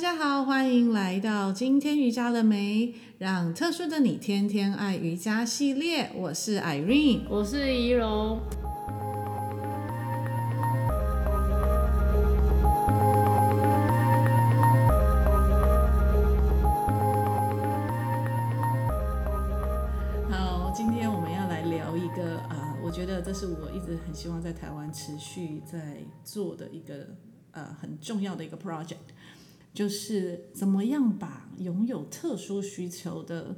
家好，欢迎来到今天瑜伽了没？让特殊的你天天爱瑜伽系列，我是 Irene， 我是怡蓉。 好，今天我们要来聊一个我觉得这是我一直很希望在台湾持续在做的一个很重要的一个 project。就是怎么样把拥有特殊需求的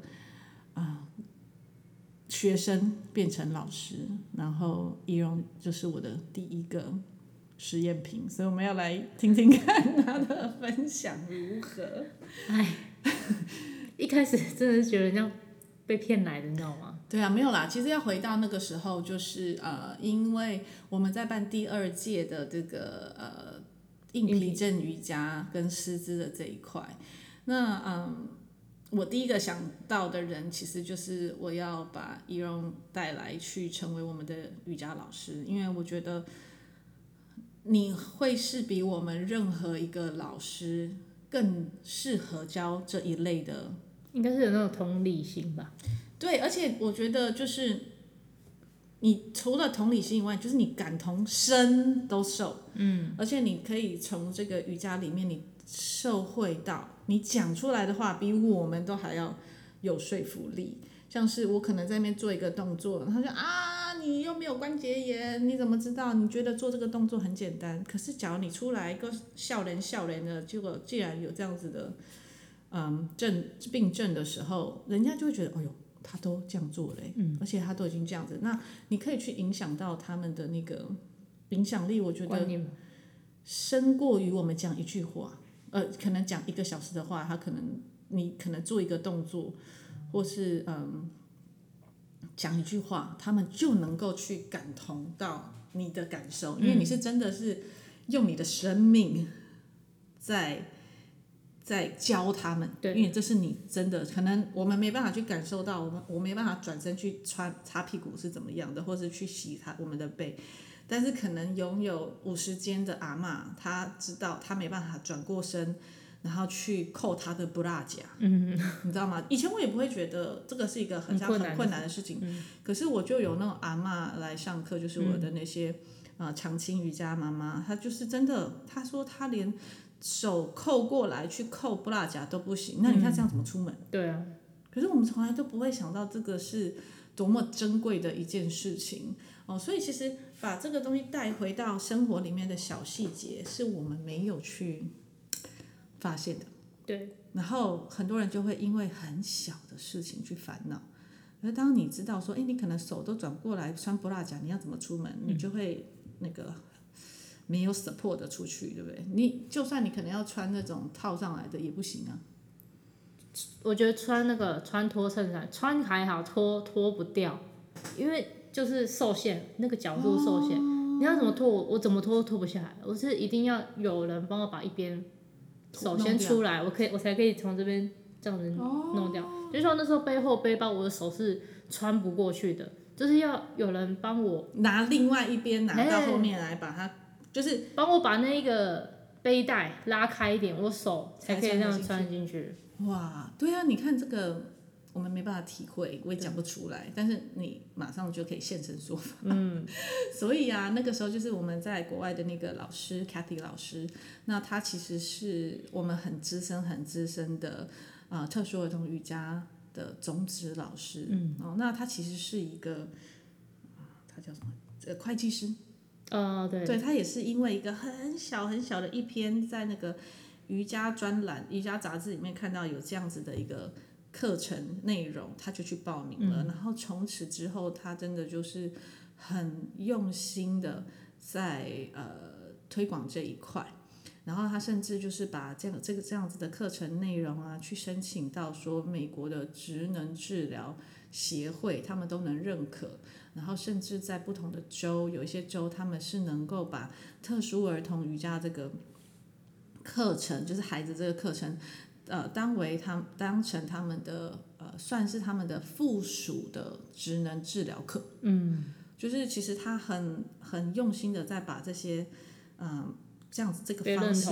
学生变成老师，然后怡蓉就是我的第一个实验品，所以我们要来听听看他的分享如何。 一开始真的是觉得人家被骗来的，你知道吗？ 对啊，没有啦。其实要回到那个时候，就是因为我们在办第2届的这个硬皮症瑜伽跟师资的这一块，那我第一个想到的人，其实就是我要把怡蓉带来去成为我们的瑜伽老师，因为我觉得你会是比我们任何一个老师更适合教这一类的， 应该是有那种同理心吧。 对，而且我觉得就是你除了同理心以外，就是你感同身都受，而且你可以从这个瑜伽里面你受惠到，你讲出来的话比我们都还要有说服力。像是我可能在那边做一个动作，他就你又没有关节炎，你怎么知道？你觉得做这个动作很简单，可是假如你出来一个笑脸的，结果既然有这样子的病症的时候，人家就会觉得，哎呦，他都这样做嘞，而且他都已经这样子，那你可以去影响到他们的那个影响力，我觉得胜过于我们讲一句话，可能讲1个小时的话，你可能做一个动作，或是讲一句话，他们就能够去感同到你的感受，因为你是真的是用你的生命在教他们，因为这是你真的可能我们没办法去感受到，我没办法转身去擦屁股是怎么样的，或是去洗我们的背，但是可能拥有50肩的阿嬷，她知道她没办法转过身，然后去扣她的布拉夹，你知道吗？以前我也不会觉得这个是一个很困难的事情，可是我就有那种阿嬷来上课，就是我的那些长青瑜伽妈妈，她就是真的，她说她连手扣过来去扣布拉夹都不行，那你看这样怎么出门？ 对啊。 可是我们从来都不会想到这个是多么珍贵的一件事情所以其实把这个东西带回到生活里面的小细节，是我们没有去发现的。 对。 然后很多人就会因为很小的事情去烦恼，而当你知道说，你可能手都转不过来穿布拉夹，你要怎么出门？你就会那个没有 support 的出去，对不对？你就算你可能要穿那种套上来的也不行啊。 我觉得穿拖衬衫穿还好，脱不掉，因为就是受限，那个角度受限，你要怎么脱我怎么脱都脱不下来，我是一定要有人帮我把一边手先出来，我才可以从这边这样子弄掉。就是说那时候背后背包我的手是穿不过去的，就是要有人帮我拿另外一边拿到后面来把它，就是帮我把那个背带拉开一点，我手才可以这样穿进去。 哇，对啊，你看这个我们没办法体会，我也讲不出来，但是你马上就可以现身说法。所以那个时候就是我们在国外的那个老师 Kathy 老师，那他其实是我们很资深的特殊儿童瑜伽的种子老师。那他其实是一个他叫什么会计师。对，他也是因为一个很小的一篇在那个瑜伽专栏、瑜伽杂志里面看到有这样子的一个课程内容，他就去报名了。然后从此之后，他真的就是很用心的在推广这一块。然后他甚至就是把这样子的课程内容去申请到说美国的职能治疗协会，他们都能认可。然后甚至在不同的州，有一些州他们是能够把特殊儿童瑜伽这个课程，就是孩子这个课程，当成他们的算是他们的附属的职能治疗课。就是其实他很用心的在把这些这样子这个方式，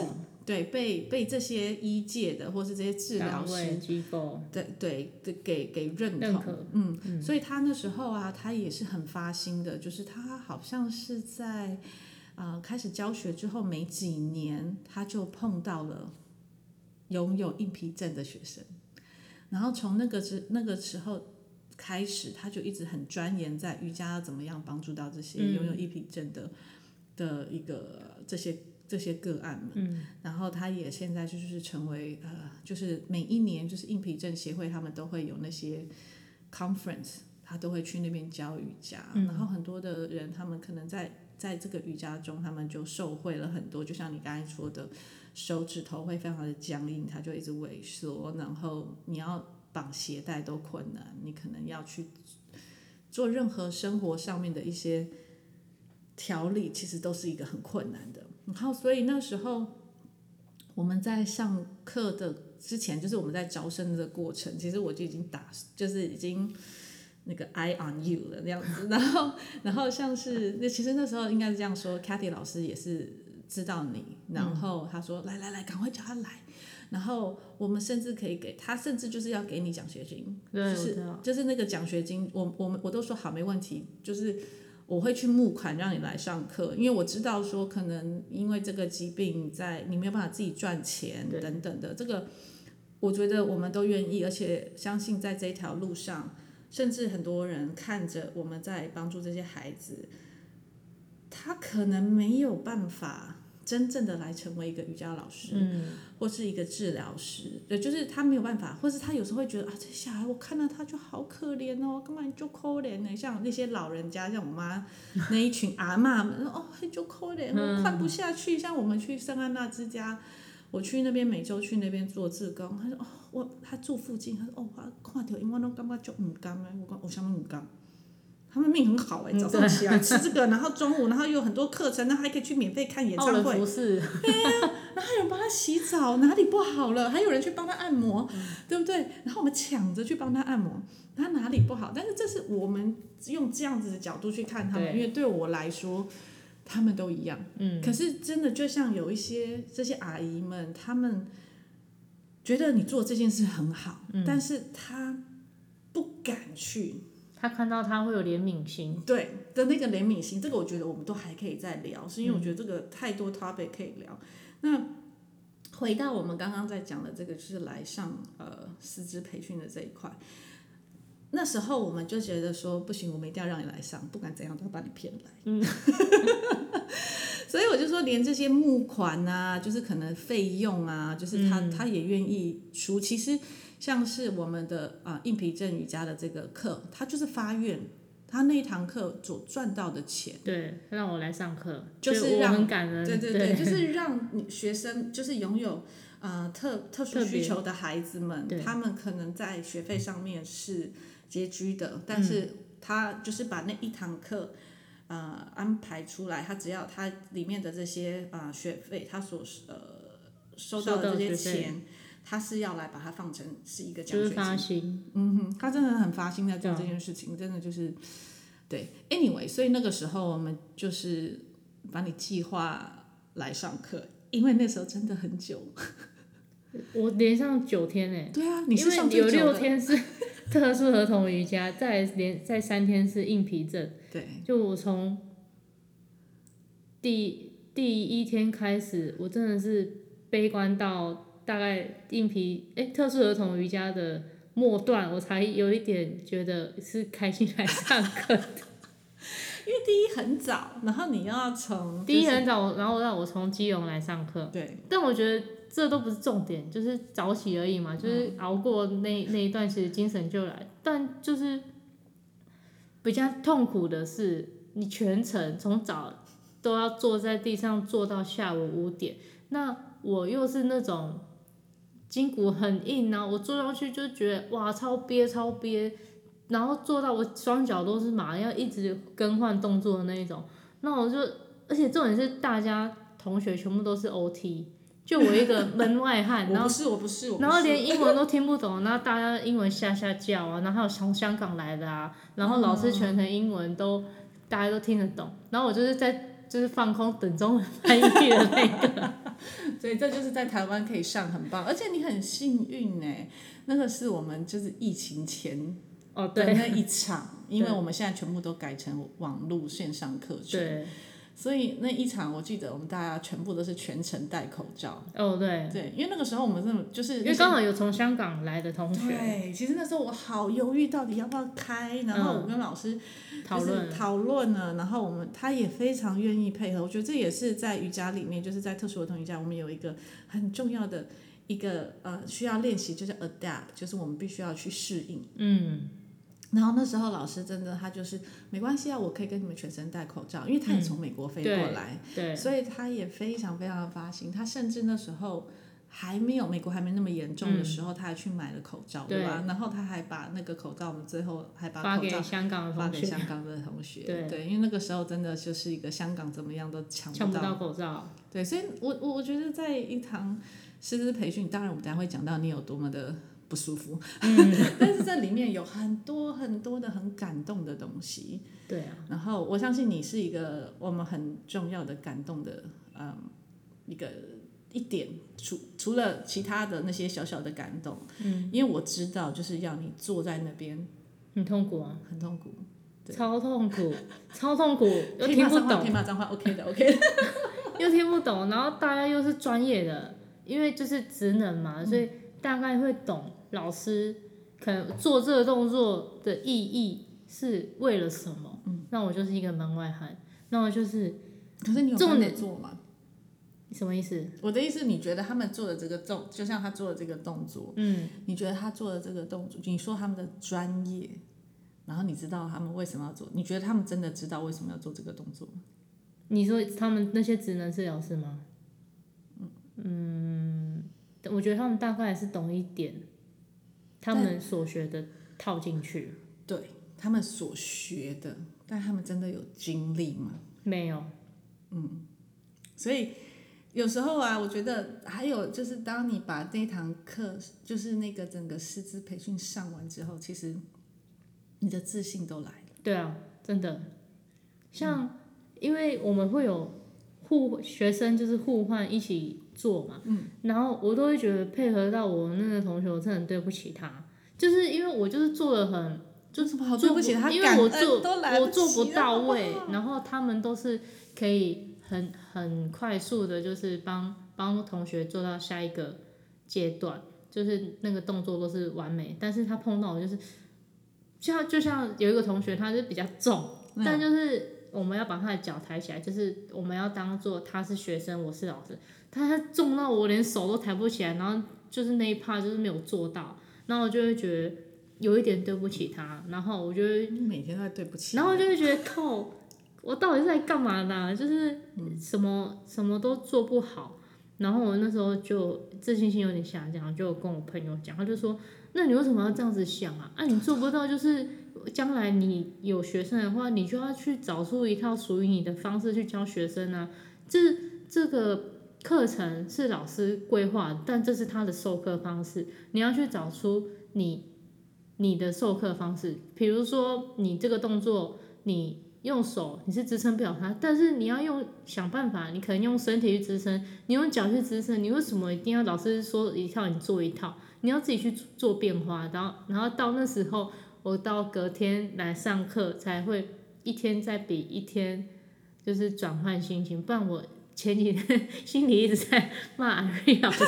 对，被这些医界的或是这些治疗师机构对给认可， 所以他那时候啊，他也是很发心的，就是他好像是在开始教学之后没几年，他就碰到了拥有硬皮症的学生，然后从那个时候开始，他就一直很钻研在瑜伽要怎么样帮助到这些拥有硬皮症的一个这些个案们，然后他也现在就是成为就是每一年就是硬皮症协会他们都会有那些 conference， 他都会去那边教瑜伽，然后很多的人他们可能在这个瑜伽中，他们就受惠了很多，就像你刚才说的，手指头会非常的僵硬，它就一直萎缩，然后你要绑鞋带都困难，你可能要去做任何生活上面的一些调理，其实都是一个很困难的。然后所以那时候我们在上课的之前，就是我们在招生的过程，其实我就已经就是已经那个 eye on you 了那样子。然后像是其实那时候应该是这样说 ，Cathy 老师也是知道你，然后他说来，赶快叫他来。然后我们甚至可以给他，甚至就是要给你奖学金，就是那个奖学金，我都说好没问题，就是我会去募款让你来上课，因为我知道说可能因为这个疾病你没有办法自己赚钱等等的，这个我觉得我们都愿意，而且相信在这条路上，甚至很多人看着我们在帮助这些孩子，他可能没有办法真正的来成为一个瑜伽老师，或是一个治疗师，就是他没有办法，或是他有时候会觉得这小孩我看到他就好可怜哦，干嘛你就可怜呢？像那些老人家，像我妈那一群阿嬷们，就可怜，我看不下去。像我们去圣安娜之家，我去那边每周去那边做志工，他说他住附近，他说我看到因为我都感觉就唔甘的，我讲有什么唔甘？他们命很好早上起来吃这个，然后中午，然后又有很多课程，然后还可以去免费看演唱会。 奥伦服饰。 对啊，然后还有人帮他洗澡，哪里不好了，还有人去帮他按摩，对不对？然后我们抢着去帮他按摩，他哪里不好？但是这是我们用这样子的角度去看他们，因为对我来说，他们都一样。可是真的就像有一些这些阿姨们，他们觉得你做这件事很好，但是他不敢去。 他看到他会有怜悯心， 对的那个怜悯心，这个我觉得我们都还可以再聊，是因为我觉得这个太多 topic 可以聊。那回到我们刚刚在讲的这个，就是来上师资培训的这一块，那时候我们就觉得说不行，我们一定要让你来上，不管怎样都要把你骗来。所以我就说，连这些募款啊，就是可能费用啊，就是他也愿意出。其实像是我们的硬皮症瑜伽的这个课，他就是发愿，他那一堂课所赚到的钱， 对，让我来上课， 就是我很感恩， 对，就是让你学生就是拥有特殊需求的孩子们，他们可能在学费上面是拮据的，但是他就是把那一堂课。安排出来，他只要他里面的这些学费，他所收到的这些钱，他是要来把它放成是一个奖学金， 就是发心， 他真的很发心在做这件事情，真的就是对。Anyway， 所以那个时候我们就是把你计划来上课，因为那时候真的很久， 我连上9天哎， 对啊，你是上最久的， 因为有6天是特殊儿童瑜伽，再3天是硬皮症。 对， 就我从第1天开始，我真的是悲观到大概特殊儿童瑜伽的末段，我才有一点觉得是开心来上课的。 因为第一很早，然后你要从第一很早，然后让我从基隆来上课。 对， 但我觉得这都不是重点，就是早起而已嘛，就是熬过那一段，其实精神就来。但就是比较痛苦的是，你全程从早都要坐在地上坐到下午5点，那我又是那种筋骨很硬啊，我坐上去就觉得哇超憋，然后坐到我双脚都是麻，要一直更换动作的那一种。那我就，而且重点是大家同学全部都是 OT。就我一个门外汉，然后我不是， 然后连英文都听不懂，然后大家英文下叫啊，然后还有从香港来的啊，然后老师全程英文都大家都听得懂，然后我就是在就是放空等中文翻译的那个。 所以这就是在台湾可以上很棒，而且你很幸运哎，那个是我们就是疫情前的那一场，因为我们现在全部都改成网络线上课程， 对， 所以那一场我记得我们大家全部都是全程戴口罩。 哦对， 对，因为那个时候我们真的就是因为刚好有从香港来的同学， 对，其实那时候我好犹豫到底要不要开，然后我跟老师讨论了，然后他也非常愿意配合，我觉得这也是在瑜伽里面，就是在特殊儿童瑜伽，我们有一个很重要的一个需要练习，就是 adapt， 就是我们必须要去适应。然后那时候老师真的他就是没关系啊，我可以跟你们全身戴口罩，因为他也从美国飞过来， 对， 所以他也非常非常的发心，他甚至那时候美国还没那么严重的时候，他还去买了口罩，对吧？然后他还把那个口罩，我们最后还把口罩发给香港的同学， 对， 因为那个时候真的就是一个香港怎么样都抢不到口罩， 对，所以我觉得在一堂师资培训，当然我们等一下会讲到你有多么的不舒服，但是这里面有很多很多的很感动的东西， 对啊， 然后我相信你是一个我们很重要的感动的一点，除了其他的那些小小的感动，因为我知道就是要你坐在那边很痛苦啊， 很痛苦， 超痛苦，超痛苦，又听不懂， 可以骂脏话 ，OK 的， 又听不懂，然后大家又是专业的，因为就是职能嘛，所以大概会懂老师可能做这个动作的意义是为了什么。那我就是一个门外汉，那我就是。 可是你有跟着做吗？ 什么意思？ 我的意思，你觉得他们做的这个就像他做的这个动作，你觉得他做的这个动作，你说他们的专业，然后你知道他们为什么要做？你觉得他们真的知道为什么要做这个动作吗？ 你说他们那些职能治疗师吗？我觉得他们大概是懂一点，他们所学的套进去。 对，他们所学的，但他们真的有经历吗？ 没有。 所以有时候啊，我觉得还有就是，当你把那堂课，就是那个整个师资培训上完之后，其实你的自信都来了。 对啊，真的。像，因为我们会有学生就是互换一起做嘛，然后我都会觉得配合到我那个同学，我真的很对不起他，就是因为我就是做的很。 就什么好对不起他， 因为我做不到好位，然后他们都是可以很快速的，就是帮同学做到下一个阶段，就是那个动作都是完美，但是他碰到我就是就像有一个同学他是比较重，但就是我们要把他的脚抬起来，就是我们要当做他是学生，我是老师，他重到我连手都抬不起来，然后就是那一 part 就是没有做到，然后我就会觉得。有一点对不起他，然后我就会每天都在对不起， 然后我就会觉得靠，我到底是在干嘛呢？就是什么都做不好，然后我那时候就自信心有点下降，就跟我朋友讲，他就说，那你为什么要这样子想啊？你做不到，就是将来你有学生的话，你就要去找出一套属于你的方式去教学生啊。这个课程是老师规划，但这是他的授课方式，你要去找出你的授课方式，比如说你这个动作，你用手你是支撑不了它，但是你要想办法，你可能用身体去支撑，你用脚去支撑，你为什么一定要老师说一套你做一套？你要自己去做变化，然后到那时候，我到隔天来上课才会一天再比一天，就是转换心情，不然我前几天心里一直在骂艾瑞老师。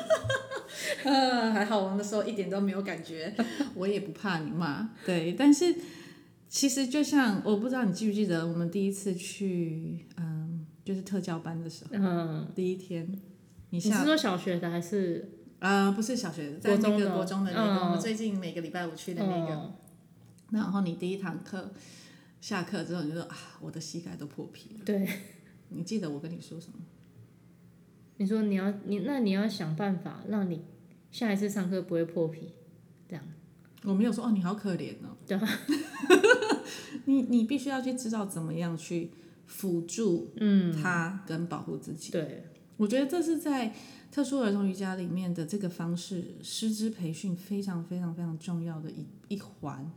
还好我那时候一点都没有感觉，我也不怕你骂，对，但是其实就像我不知道你记不记得我们第一次去就是特教班的时候，第一天你是说小学的还是不是小学的，在那个国中的那个，我们最近每个礼拜五去的那个，然后你第一堂课下课之后你就说我的膝盖都破皮了， 对， 你记得我跟你说什么？ 你说你要想办法让你下一次上课不会破皮，这样。 我没有说你好可怜哦。 对啊。 你必须要去知道怎么样去辅助他跟保护自己。 对。 我觉得这是在特殊儿童瑜伽里面的这个方式，师资培训非常非常非常重要的一环。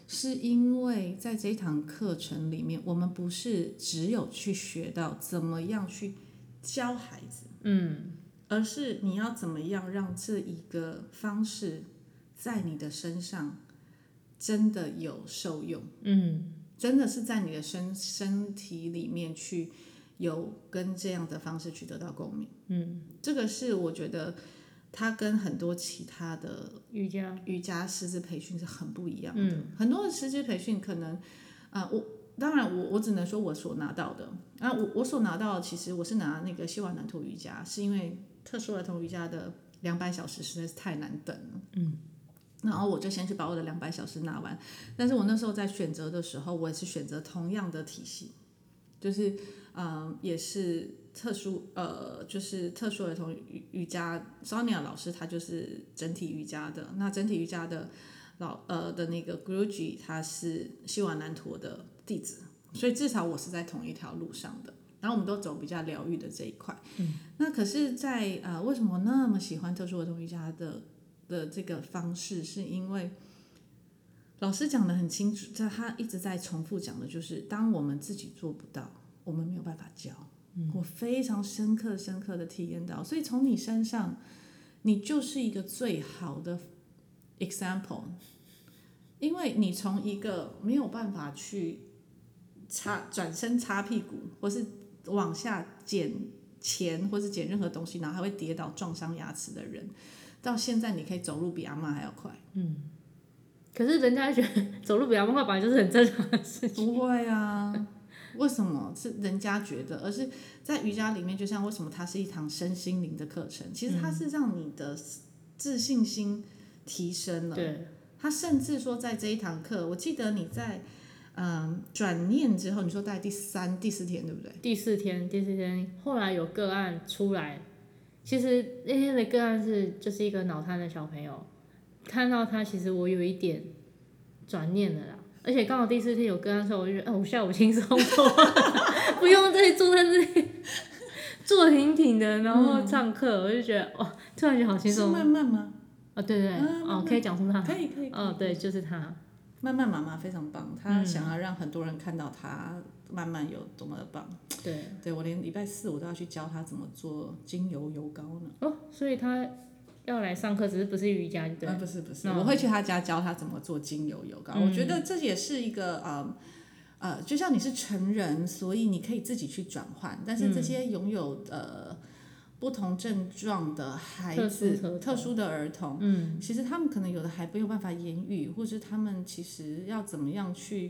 是因为在这一堂课程里面，我们不是只有去学到怎么样去教孩子，而是你要怎么样让这一个方式在你的身上真的有受用，真的是在你的身体里面去有跟这样的方式去得到共鸣，这个是我觉得它跟很多其他的瑜伽师资培训是很不一样的。很多的师资培训可能，当然我只能说我所拿到的，我所拿到的其实我是拿那个希瓦南陀瑜伽，是因为特殊儿童瑜伽的200小时实在是太难等了，然后我就先去把我的200小时拿完。但是我那时候在选择的时候，我也是选择同样的体系，就是也是就是特殊儿童瑜伽 ，Sonia 老师他就是整体瑜伽的，那整体瑜伽的的那个 Guruji 他是希瓦南陀的弟子，所以至少我是在同一条路上的。然后我们都走比较疗愈的这一块。那可是在，为什么我那么喜欢特殊儿童瑜伽的这个方式，是因为老师讲的很清楚，他一直在重复讲的就是，当我们自己做不到，我们没有办法教。我非常深刻的体验到，所以从你身上，你就是一个最好的 example， 因为你从一个没有办法去转身擦屁股，或是往下捡钱，或是捡任何东西，然后还会跌倒撞伤牙齿的人，到现在你可以走路比阿嬷还要快。 可是人家觉得走路比阿嬷快本来就是很正常的事情。 不会啊。为什么是人家觉得，而是在瑜伽里面，就像为什么它是一堂身心灵的课程，其实它是让你的自信心提升了。 对， 它甚至说在这一堂课，我记得你在转念之后，你说大概第4天对不对？ 第四天，后来有个案出来，其实那天的个案就是一个脑瘫的小朋友，看到他其实我有一点转念了啦。而且刚好第4天有个案的时候，我就觉得，我下午轻松多了，不用再坐在这里坐挺挺的，然后上课，我就觉得哇，突然觉得好轻松。 是慢慢吗？ 对，可以讲出他。 可以。 对，就是他。 慢慢妈妈非常棒，她想要让很多人看到她慢慢有多么的棒。对，我连礼拜4我都要去教她怎么做精油油膏呢。 所以他要来上课，只是不是瑜伽，对？ 不是，我会去他家教他怎么做精油油膏。我觉得这也是一个就像你是成人，所以你可以自己去转换，但是这些拥有不同症状的孩子、特殊的儿童，其实他们可能有的还没有办法言语，或是他们其实要怎么样去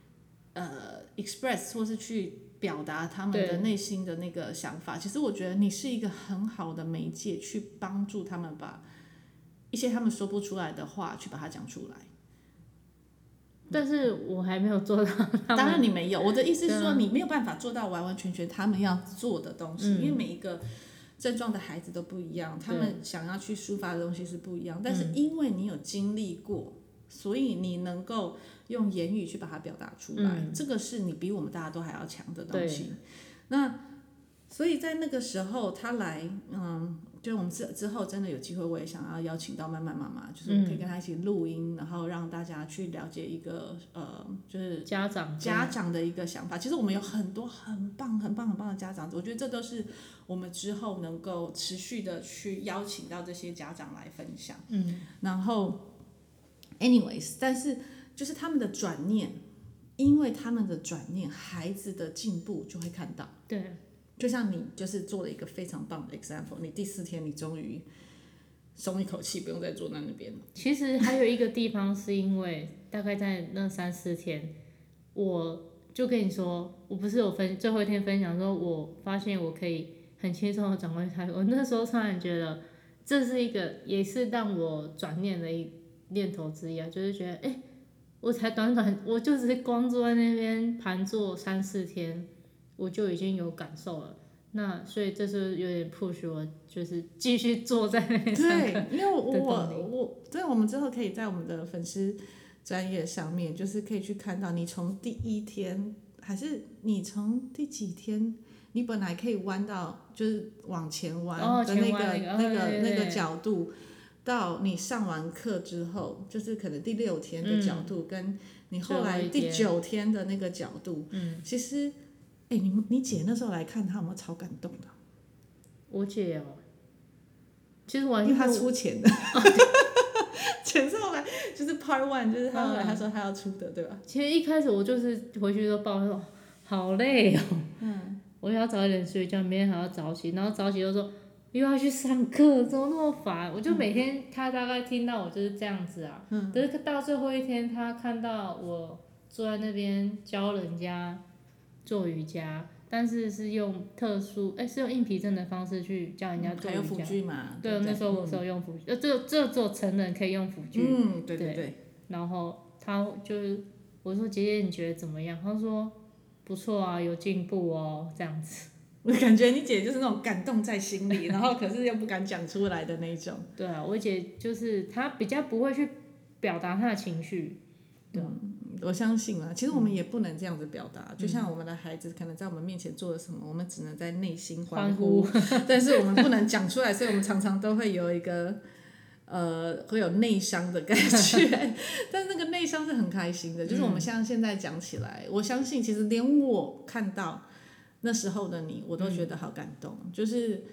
express 或是去表达他们的内心的那个想法。其实我觉得你是一个很好的媒介，去帮助他们把一些他们说不出来的话去把它讲出来。 但是我还没有做到他们。 当然你没有，我的意思是说你没有办法做到完完全全他们要做的东西，因为每一个症状的孩子都不一样，他们想要去抒发的东西是不一样。但是因为你有经历过，所以你能够用言语去把它表达出来，这个是你比我们大家都还要强的东西。那所以在那个时候他来，就我们之后真的有机会，我也想要邀请到慢慢妈妈，就是我可以跟他一起录音，然后让大家去了解一个就是家长的一个想法。其实我们有很多很棒的家长，我觉得这都是我们之后能够持续的去邀请到这些家长来分享。然后 anyways， 但是就是他们的转念，因为他们的转念，孩子的进步就会看到。 对。 就像你就是做了一个非常棒的 example， 你第4天你终于松一口气，不用再坐在那边了。 其实还有一个地方是因为大概在那3-4天，我就跟你说，我不是有最后一天分享说，我发现我可以很轻松的转换态度。我那时候突然觉得，这是一个也是让我转念的一念头之一啊，就是觉得我才我就只是光坐在那边盘坐3-4天。我就已经有感受了，那所以这是有点 push 我，就是继续坐在那里上课。 对，因为我们之后可以在我们的粉丝专页上面，就是可以去看到你从第1天，还是你从第几天，你本来可以弯到就是往前弯的那个角度， 到你上完课之后，就是可能第6天的角度，跟你后来第9天的那个角度，其实，你姐那时候来看，她有没有超感动的？ 我姐哦，其实完因为她全出钱的，钱是后来就是 Part One，就是她后来她说她要出的，对吧？ 其实一开始我就是回去都抱怨说好累哦，我要早一点睡觉，明天还要早起，然后早起又说又要去上课，怎么那么烦？我就每天他大概听到我就是这样子啊，可是到最后一天，他看到我坐在那边教人家做瑜伽，但是是用是用硬皮症的方式去教人家做瑜伽。 还有辅具嘛？ 对，那时候我是有用辅具，只有成人可以用辅具。 对对对。 然后他就是我说姐姐你觉得怎么样？他说不错啊，有进步哦，这样子。 我感觉你姐就是那种感动在心里，然后可是又不敢讲出来的那种。 对啊，我姐就是她比较不会去表达她的情绪。对， 我相信啊，其实我们也不能这样子表达。就像我们的孩子可能在我们面前做了什么，我们只能在内心欢呼，但是我们不能讲出来，所以我们常常都会有一个会有内伤的感觉。但是那个内伤是很开心的，就是我们像现在讲起来，我相信其实连我看到那时候的你，我都觉得好感动。就是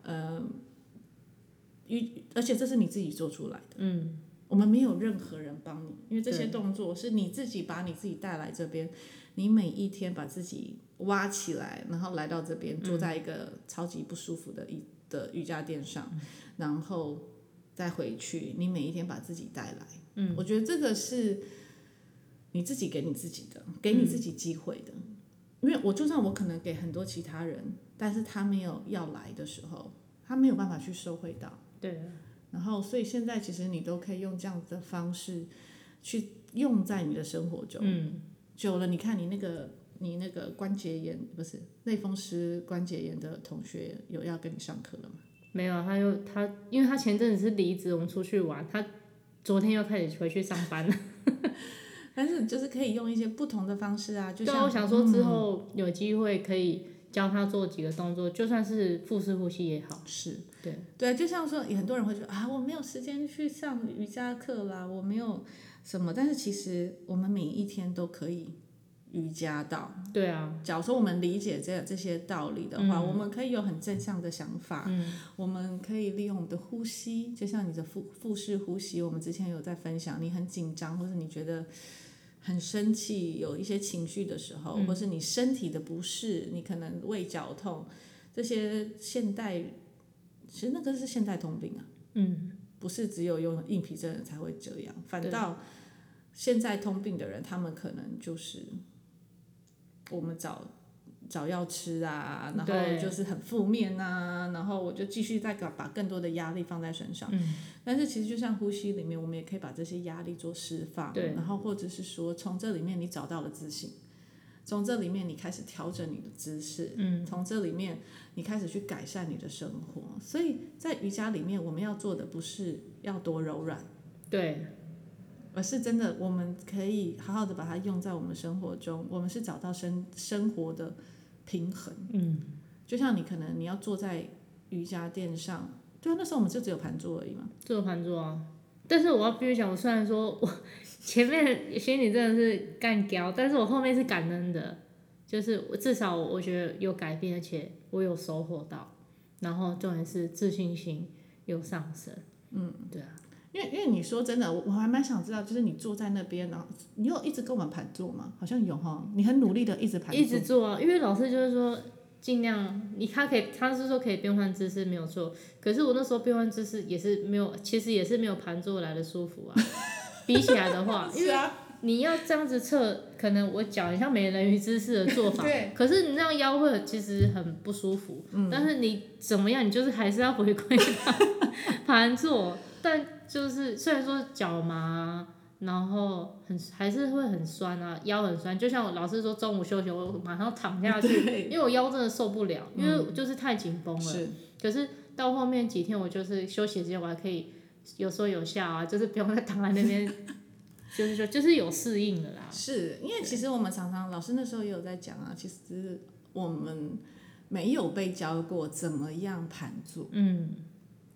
而且这是你自己做出来的。我们没有任何人帮你，因为这些动作是你自己把你自己带来这边，你每一天把自己挖起来，然后来到这边，坐在一个超级不舒服的瑜伽垫上，然后再回去，你每一天把自己带来。我觉得这个是你自己给你自己的，给你自己机会的。因为就算我可能给很多其他人，但是他没有要来的时候，他没有办法去收回到。 对。 然后，所以现在其实你都可以用这样子的方式去用在你的生活中。久了，你看你那个关节炎不是类风湿关节炎的同学有要跟你上课了吗？ 没有，因为他前阵子是离职，我们出去玩，他昨天又开始回去上班了。 但是就是可以用一些不同的方式啊，就像对，我想说之后有机会可以教他做几个动作，就算是腹式呼吸也好。 是， 对， 就像说，很多人会觉得啊，我没有时间去上瑜伽课啦，我没有什么，但是其实我们每一天都可以瑜伽到。 对啊， 假如说我们理解这些道理的话，我们可以有很正向的想法。我们可以利用我们的呼吸，就像你的腹式呼吸，我们之前有在分享，你很紧张，或是你觉得很生气，有一些情绪的时候，或是你身体的不适，你可能胃绞痛，这些其实那个是现代通病啊。不是只有用硬皮症的人才会这样，反倒现在通病的人，他们可能就是我们找药吃啊，然后就是很负面啊，然后我就继续再把更多的压力放在身上。但是其实就像呼吸里面，我们也可以把这些压力做释放，然后或者是说从这里面你找到了自信，从这里面你开始调整你的姿势，从这里面你开始去改善你的生活。所以在瑜伽里面，我们要做的不是要多柔软， 对， 而是真的我们可以好好的把它用在我们生活中，我们是找到生活的平衡。就像你可能你要坐在瑜伽垫上，对啊，那时候我们就只有盘坐而已嘛， 只有盘坐啊。但是我要必须讲，我虽然说我前面心里真的是干掉，但是我后面是感恩的，就是至少我觉得有改变，而且我有收获到，然后重点是自信心有上升。对啊。 因为你说真的，我还蛮想知道，就是你坐在那边，然后你有一直跟我们盘坐吗？好像有哈，你很努力的一直盘坐。 一直做啊，因为老师就是说尽量他是说可以变换姿势没有错，可是我那时候变换姿势也是没有，其实也是没有盘坐来的舒服啊。比起来的话，因为你要这样子侧，可能我脚很像美人鱼姿势的做法，可是你那样腰会其实很不舒服。但是你怎么样，你就是还是要回归到盘坐，但就是虽然说脚麻，然后还是会很酸啊，腰很酸。就像我老师说中午休息，我马上躺下去，因为我腰真的受不了，因为就是太紧绷了。可是到后面几天，我就是休息时间，我还可以有说有笑啊，就是不用再躺在那边。就是有适应了啦。 是因为其实我们常常老师那时候也有在讲啊，其实我们没有被教过怎么样盘坐。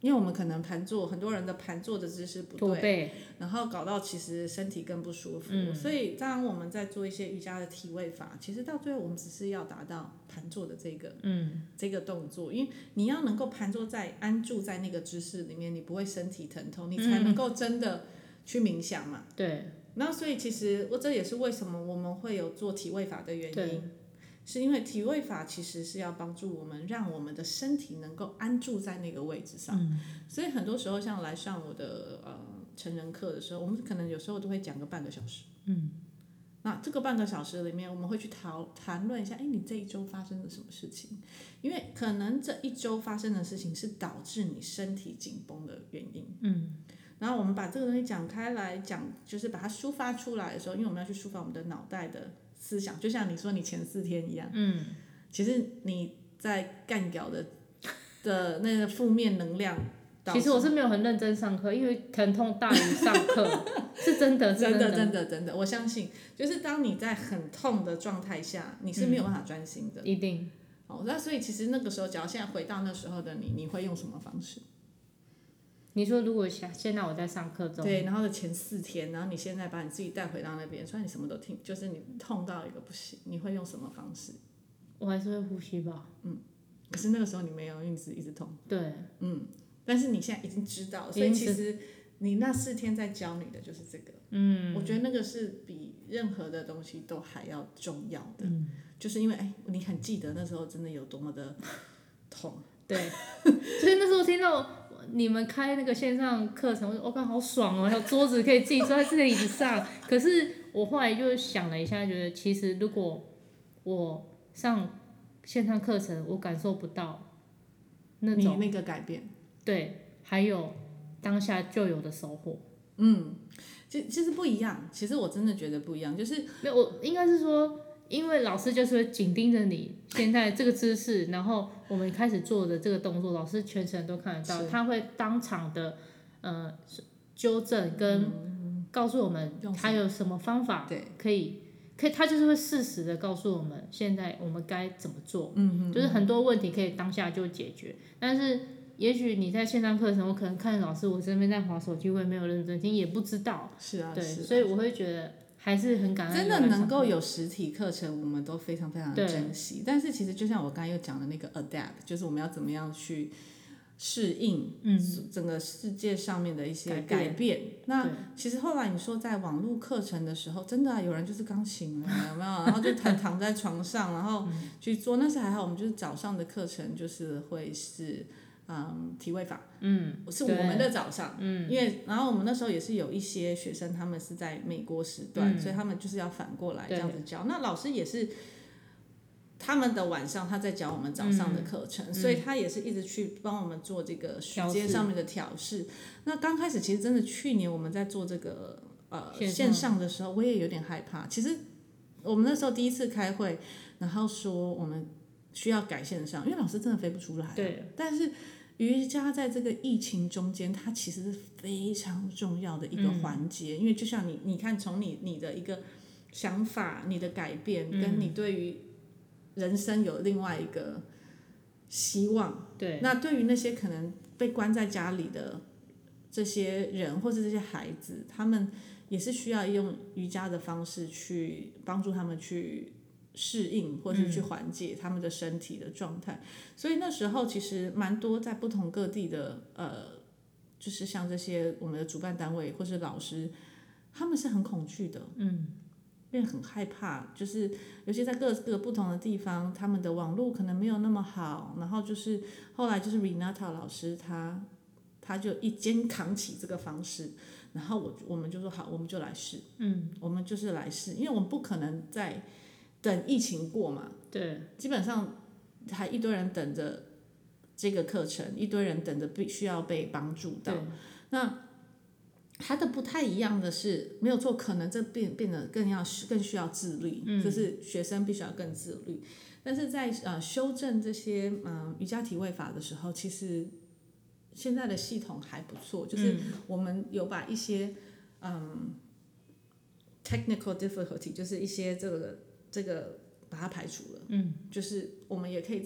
因为我们可能盘坐，很多人的盘坐的姿势不对， 驼背， 然后搞到其实身体更不舒服。所以当然我们在做一些瑜伽的体位法，其实到最后我们只是要达到盘坐的这个动作，因为你要能够盘坐在安住在那个姿势里面，你不会身体疼痛，你才能够真的去冥想嘛。 对， 那所以其实这也是为什么我们会有做体位法的原因。是因为体位法其实是要帮助我们，让我们的身体能够安住在那个位置上。所以很多时候，像来上我的成人课的时候，我们可能有时候都会讲个半个小时。那这个半个小时里面，我们会去谈论一下，你这一周发生了什么事情？因为可能这一周发生的事情是导致你身体紧绷的原因。然后我们把这个东西讲开来讲，就是把它抒发出来的时候，因为我们要去抒发我们的脑袋的思想，就像你说你前4天一样，其实你在干掉的那个负面能量。 其实我是没有很认真上课，因为疼痛大于上课，是真的， 真的，我相信，就是当你在很痛的状态下，你是没有办法专心的， 一定。 那所以其实那个时候，假如现在回到那时候的你，你会用什么方式？ 你说如果现在我在上课中， 对，然后的前4天，然后你现在把你自己带回到那边，虽然你什么都听，就是你痛到一个不行，你会用什么方式？ 我还是会呼吸吧。 可是那个时候你没有，因为你一直痛。 对。 但是你现在已经知道了，所以其实你那4天在教你的就是这个。我觉得那个是比任何的东西都还要重要的。就是因为你很记得那时候真的有多么的痛。 对，所以那时候听到你们开那个线上课程，我感觉好爽哦，还有桌子可以自己坐在自己的椅子上。可是我后来就想了一下，觉得其实如果我上线上课程，我感受不到那种你那个改变。 对，还有当下就有的收获。 其实不一样。其实我真的觉得不一样，就是没有，我应该是说，因为老师就是会紧盯着你现在这个姿势，然后我们开始做的这个动作，老师全程都看得到，他会当场的纠正跟告诉我们他有什么方法可以，他就是会适时的告诉我们现在我们该怎么做。就是很多问题可以当下就解决，但是也许你在线上课程，我可能看老师，我这边在滑手机，我也没有认真听，也不知道。 是啊， 对， 是啊。 所以我会觉得还是很感恩。 真的能够有实体课程，我们都非常非常珍惜。但是其实就像我刚才又讲的那个 adapt， 就是我们要怎么样去适应整个世界上面的一些改变。那其实后来你说在网络课程的时候，真的有人就是刚醒了，有没有？然后就躺在床上，然后去做。那是还好，我们就是早上的课程就是会是。体位法，是我们的早上，因为然后我们那时候也是有一些学生，他们是在美国时段，所以他们就是要反过来这样子教。那老师也是他们的晚上他在教我们早上的课程，所以他也是一直去帮我们做这个时间上面的调试。那刚开始其实真的去年我们在做这个线上的时候，我也有点害怕。其实我们那时候第一次开会，然后说我们需要改线上，因为老师真的飞不出来。对，但是瑜伽在这个疫情中间，它其实是非常重要的一个环节，因为就像你看，从你的一个想法、你的改变，跟你对于人生有另外一个希望。对，那对于那些可能被关在家里的这些人或者这些孩子，他们也是需要用瑜伽的方式去帮助他们去适应或是去缓解他们的身体的状态。所以那时候其实蛮多在不同各地的就是像这些我们的主办单位或是老师，他们是很恐惧的，因为很害怕，就是尤其在各个不同的地方，他们的网络可能没有那么好，然后就是后来就是 Renata 老师他就一肩扛起这个方式，然后我们就说好，我们就来试，我们就是来试，因为我们不可能在等疫情过嘛，对，基本上还一堆人等着这个课程，一堆人等着必须要被帮助到。那它的不太一样的是，没有错，可能这变得更需要自律，就是学生必须要更自律。但是在修正这些瑜伽体位法的时候，其实现在的系统还不错，就是我们有把一些technical difficulty， 就是一些这个把它排除了，就是我们也可以在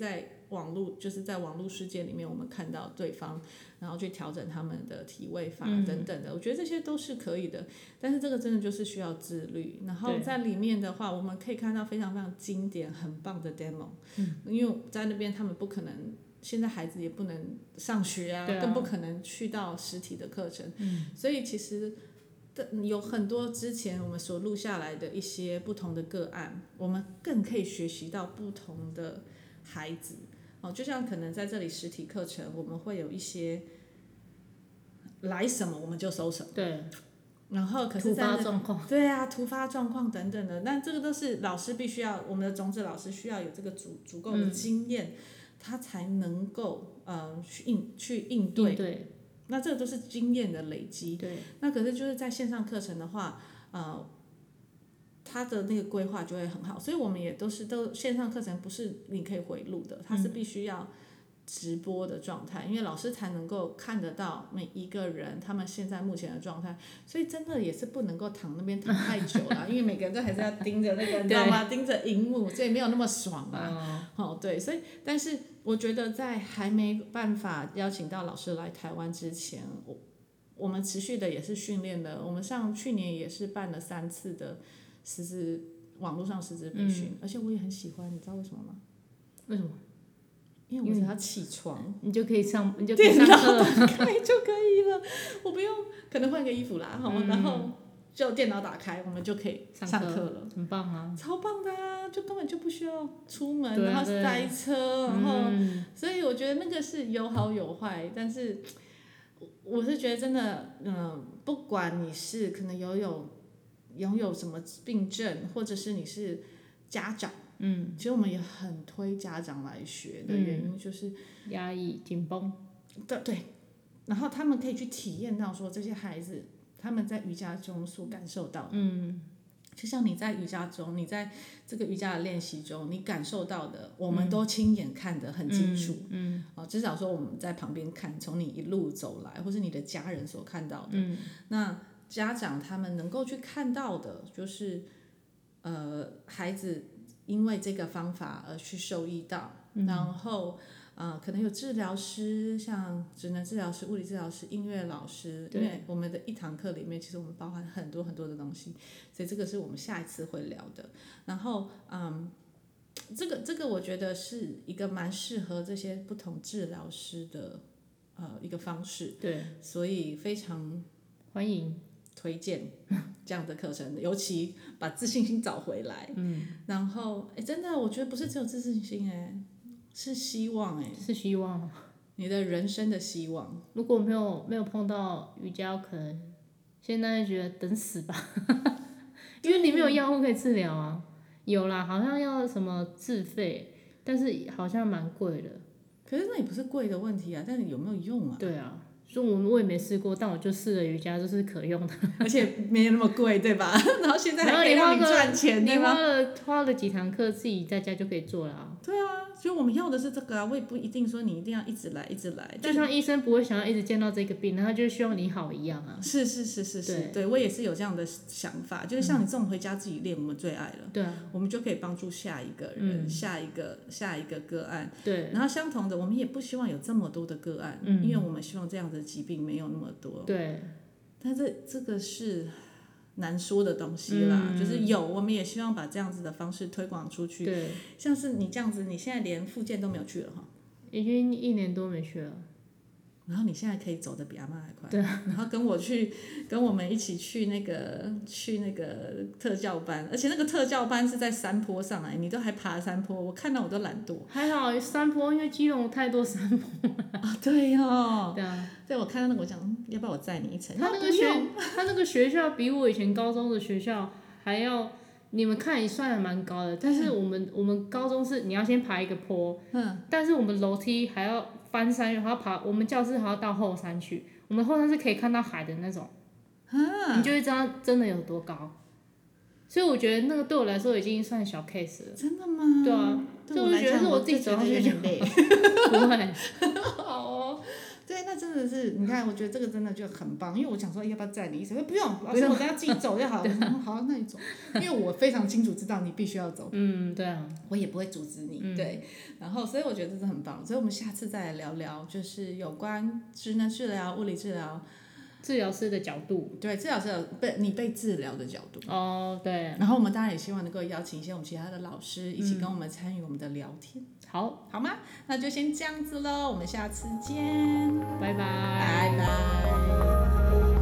网络就是在网络世界里面，我们看到对方，然后去调整他们的体位法等等的，我觉得这些都是可以的。但是这个真的就是需要自律。然后在里面的话，我们可以看到非常非常经典、很棒的 demo，因为在那边他们不可能。现在孩子也不能上学啊，更不可能去到实体的课程，所以其实有很多之前我们所录下来的一些不同的个案，我们更可以学习到不同的孩子。就像可能在这里实体课程，我们会有一些来什么我们就收什么， 对， 然后可是在突发状况，对啊，突发状况等等的，但这个都是老师必须要，我们的种子老师需要有这个足够的经验。他才能够去应对，那这个都是经验的累积。 对， 那可是就是在线上课程的话，他的那个规划就会很好，所以我们也都线上课程不是你可以回录的，它是必须要直播的状态，因为老师才能够看得到每一个人他们现在目前的状态，所以真的也是不能够躺那边躺太久了，因为每个人都还是要盯着那个，你知道吗？盯着荧幕，所以没有那么爽啊。对，所以但是我觉得在还没办法邀请到老师来台湾之前，我们持续的也是训练了，我们去年也是办了3次的网络上师资培训，而且我也很喜欢，你知道为什么吗？ 为什么？ 因为我只要起床， 你就可以上课了， 电脑打开就可以了，我不用可能换个衣服啦，然后就电脑打开，我们就可以上课了， 很棒啊， 超棒的啊，就根本就不需要出门，然后塞车，然后所以我觉得那个是有好有坏，但是我是觉得真的，不管你是可能拥有什么病症，或者是你是家长。其实我们也很推家长来学的原因就是压抑紧绷， 对，然后他们可以去体验到说这些孩子他们在瑜伽中所感受到的，就像你在瑜伽中，你在这个瑜伽的练习中，你感受到的，我们都亲眼看得很清楚，至少说我们在旁边看，从你一路走来，或是你的家人所看到的，那家长他们能够去看到的，就是孩子。因为这个方法而去受益到，然后可能有治疗师，像职能治疗师、物理治疗师、音乐老师，因为我们的一堂课里面，其实我们包含很多很多的东西，所以这个是我们下一次会聊的。然后这个我觉得是一个蛮适合这些不同治疗师的一个方式， 对， 所以非常欢迎。 推荐这样的课程，尤其把自信心找回来。然后真的，我觉得不是只有自信心，是希望， 是希望， 你的人生的希望。 如果没有碰到瑜伽，可能现在觉得等死吧，因为你没有药物可以治疗啊。有啦，好像要什么自费，但是好像蛮贵的。 可是那也不是贵的问题啊，但是有没有用啊？ 对啊。所以我也没试过，但我就试了瑜伽，就是可用的， 而且没有那么贵，对吧？然后现在还可以让你赚钱，对吗？ 你花了几堂课，自己在家就可以做了啊。 对啊，所以我们要的是这个啊，我也不一定说你一定要一直来，一直来。 就像医生不会想要一直见到这个病人，他就希望你好一样啊。 是，对我也是有这样的想法，就是像你这种回家自己练，我们最爱了。 对啊， 我们就可以帮助下一个人，下一个个案。 对。 然后相同的，我们也不希望有这么多的个案，因为我们希望这样的疾病没有那么多。 对。 但这个是难说的东西啦，就是我们也希望把这样子的方式推广出去。 对， 像是你这样子，你现在连复健都没有去了哈， 已经1年多没去了。 然后你现在可以走得比阿嬷还快， 对， 然后跟我们一起去那个特教班，而且那个特教班是在山坡上你都还爬山坡，我看到我都懒惰。 还好山坡，因为基隆太多山坡啊，对哦。 对啊。 对，我看到那个我想，要不要我载你一程？ 他那个学校比我以前高中的学校还要，你们看也算还蛮高的，但是我们高中是你要先爬一个坡，但是我们楼梯还要翻山，还要爬，我们教室还要到后山去，我们后山是可以看到海的那种，你就会知道真的有多高。所以我觉得那个对我来说已经算小 case 了。 真的吗？ 对啊，所以我就觉得是我自己走上去就累。不会。 好哦。对， 那真的是，你看，我觉得这个真的就很棒，因为我想说要不要载你一程，不用，老师我等下自己走就好了。我说好，那你走，因为我非常清楚知道你必须要走， 对啊， 我也不会阻止你，对。然后，所以我觉得这是很棒，所以我们下次再来聊聊，就是有关职能治疗、物理治疗。 治疗师的角度， 对，治疗师你被治疗的角度。 对。 然后我们当然也希望能够邀请一些我们其他的老师一起跟我们参与我们的聊天。 好吗？那就先这样子喽，我们下次见， 拜拜， 拜拜。